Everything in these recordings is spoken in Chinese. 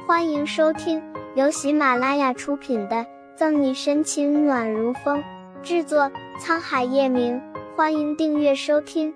欢迎收听由喜马拉雅出品的《赠你深情暖如风》，制作沧海夜明。欢迎订阅收听。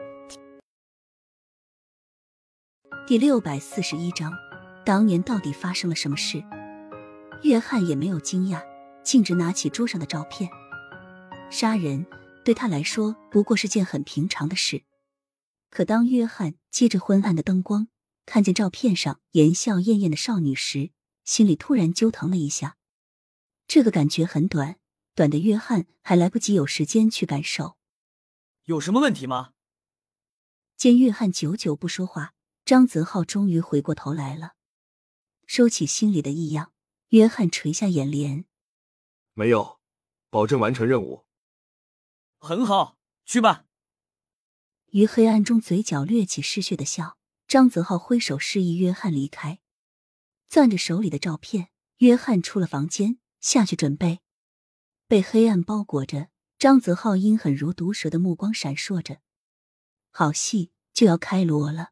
第641章，当年到底发生了什么事？约翰也没有惊讶，径直拿起桌上的照片。杀人对他来说不过是件很平常的事，可当约翰借着昏暗的灯光看见照片上颜笑艳艳的少女时，心里突然揪疼了一下。这个感觉很短，短的约翰还来不及有时间去感受。 有什么问题吗？ 见约翰久久不说话，张泽浩终于回过头来了。收起心里的异样，约翰垂下眼帘。 没有，保证完成任务。 很好，去吧。 于黑暗中嘴角掠起嗜血的笑，张泽浩挥手示意约翰离开。攥着手里的照片，约翰出了房间，下去准备。被黑暗包裹着，张泽浩阴狠如毒蛇的目光闪烁着。好戏就要开锣了。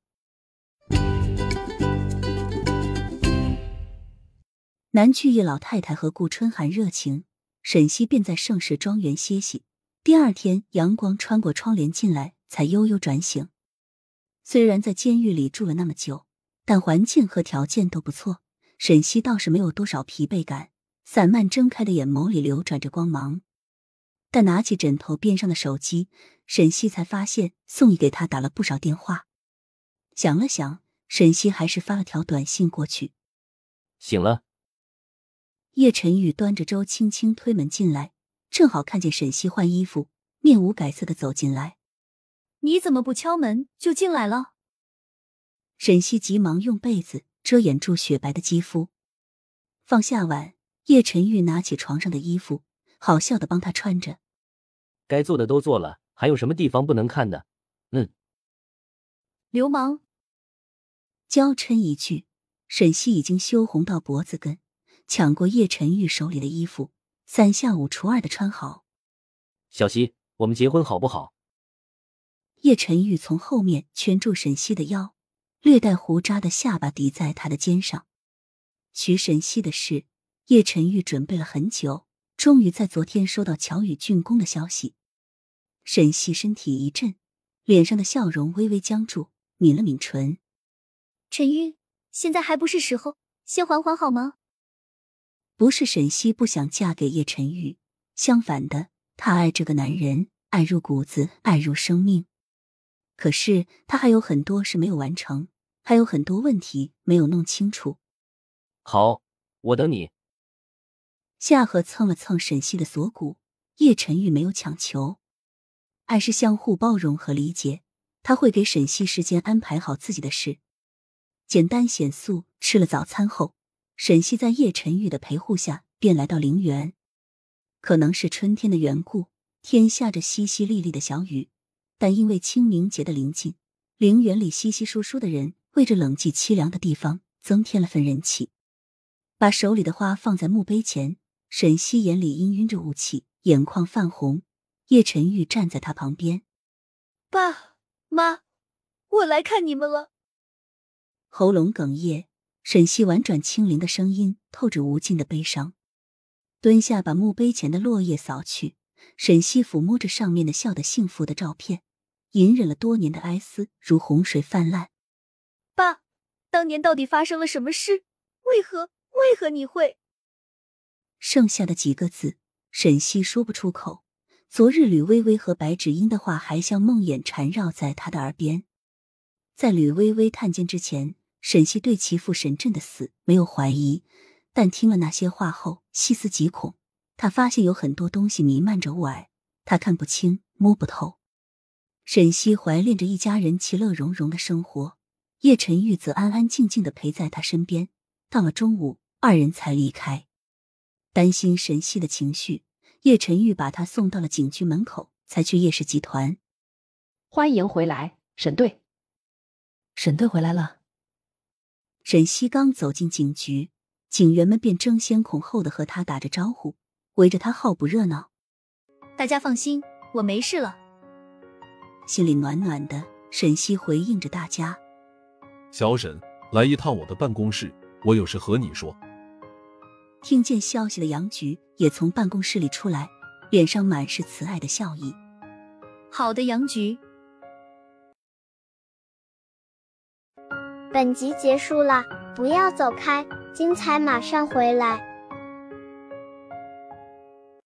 南去叶老太太和顾春寒热情，沈西便在盛世庄园歇息。第二天阳光穿过窗帘进来，才悠悠转醒。虽然在监狱里住了那么久，但环境和条件都不错，沈西倒是没有多少疲惫感，散漫睁开的眼眸里流转着光芒。但拿起枕头边上的手机，沈西才发现宋毅给他打了不少电话。想了想，沈西还是发了条短信过去。 醒了。 叶晨玉端着粥轻轻推门进来，正好看见沈西换衣服，面无改色地走进来。 你怎么不敲门就进来了？ 沈西急忙用被子遮掩住雪白的肌肤。放下碗，叶晨玉拿起床上的衣服，好笑地帮他穿着。 该做的都做了，还有什么地方不能看的？ 流氓！ 娇嗔一句，沈西已经羞红到脖子根，抢过叶晨玉手里的衣服，3下5除2地穿好。 小西，我们结婚好不好？ 叶晨玉从后面圈住沈西的腰，略带胡渣的下巴抵在他的肩上。娶沈西的事，叶晨玉准备了很久，终于在昨天收到乔宇竣工的消息。沈西身体一震，脸上的笑容微微僵住，抿了抿唇。 陈玉，现在还不是时候，先缓缓好吗？ 不是沈西不想嫁给叶晨玉，相反的，她爱这个男人，爱入骨子，爱入生命。可是她还有很多事没有完成，还有很多问题没有弄清楚。 好，我等你。 下颌蹭了蹭沈西的锁骨，叶晨玉没有强求。爱是相互包容和理解，他会给沈西时间安排好自己的事。简单显素吃了早餐后，沈西在叶晨玉的陪护下便来到陵园。可能是春天的缘故，天下着淅淅沥沥的小雨，但因为清明节的临近，陵园里稀稀疏疏的人为这冷寂凄凉的地方增添了份人气。把手里的花放在墓碑前，沈西眼里氤氲着雾气，眼眶泛红。叶晨玉站在他旁边。 爸妈，我来看你们了。 喉咙哽咽，沈西婉转清灵的声音透着无尽的悲伤。蹲下把墓碑前的落叶扫去，沈西抚摸着上面的笑得幸福的照片，隐忍了多年的哀思如洪水泛滥。 爸，当年到底发生了什么事？为何你会…… 剩下的几个字，沈西说不出口。昨日吕薇薇和白芷英的话还像梦魇缠绕在他的耳边。在吕薇薇探监之前，沈西对其父沈震的死没有怀疑，但听了那些话后，细思极恐。他发现有很多东西弥漫着雾霭，他看不清，摸不透。沈西怀恋着一家人其乐融融的生活，叶晨玉则安安静静地陪在他身边。到了中午，二人才离开。担心沈西的情绪，叶晨玉把他送到了警局门口，才去叶氏集团。 欢迎回来，沈队。 沈队回来了。 沈西刚走进警局，警员们便争先恐后的和他打着招呼，围着他好不热闹。 大家放心，我没事了。 心里暖暖的，沈西回应着大家。 小沈，来一趟我的办公室， 我有事和你说。 听见消息的杨菊也从办公室里出来，脸上满是慈爱的笑意。 好的，杨菊。 本集结束了，不要走开，精彩马上回来。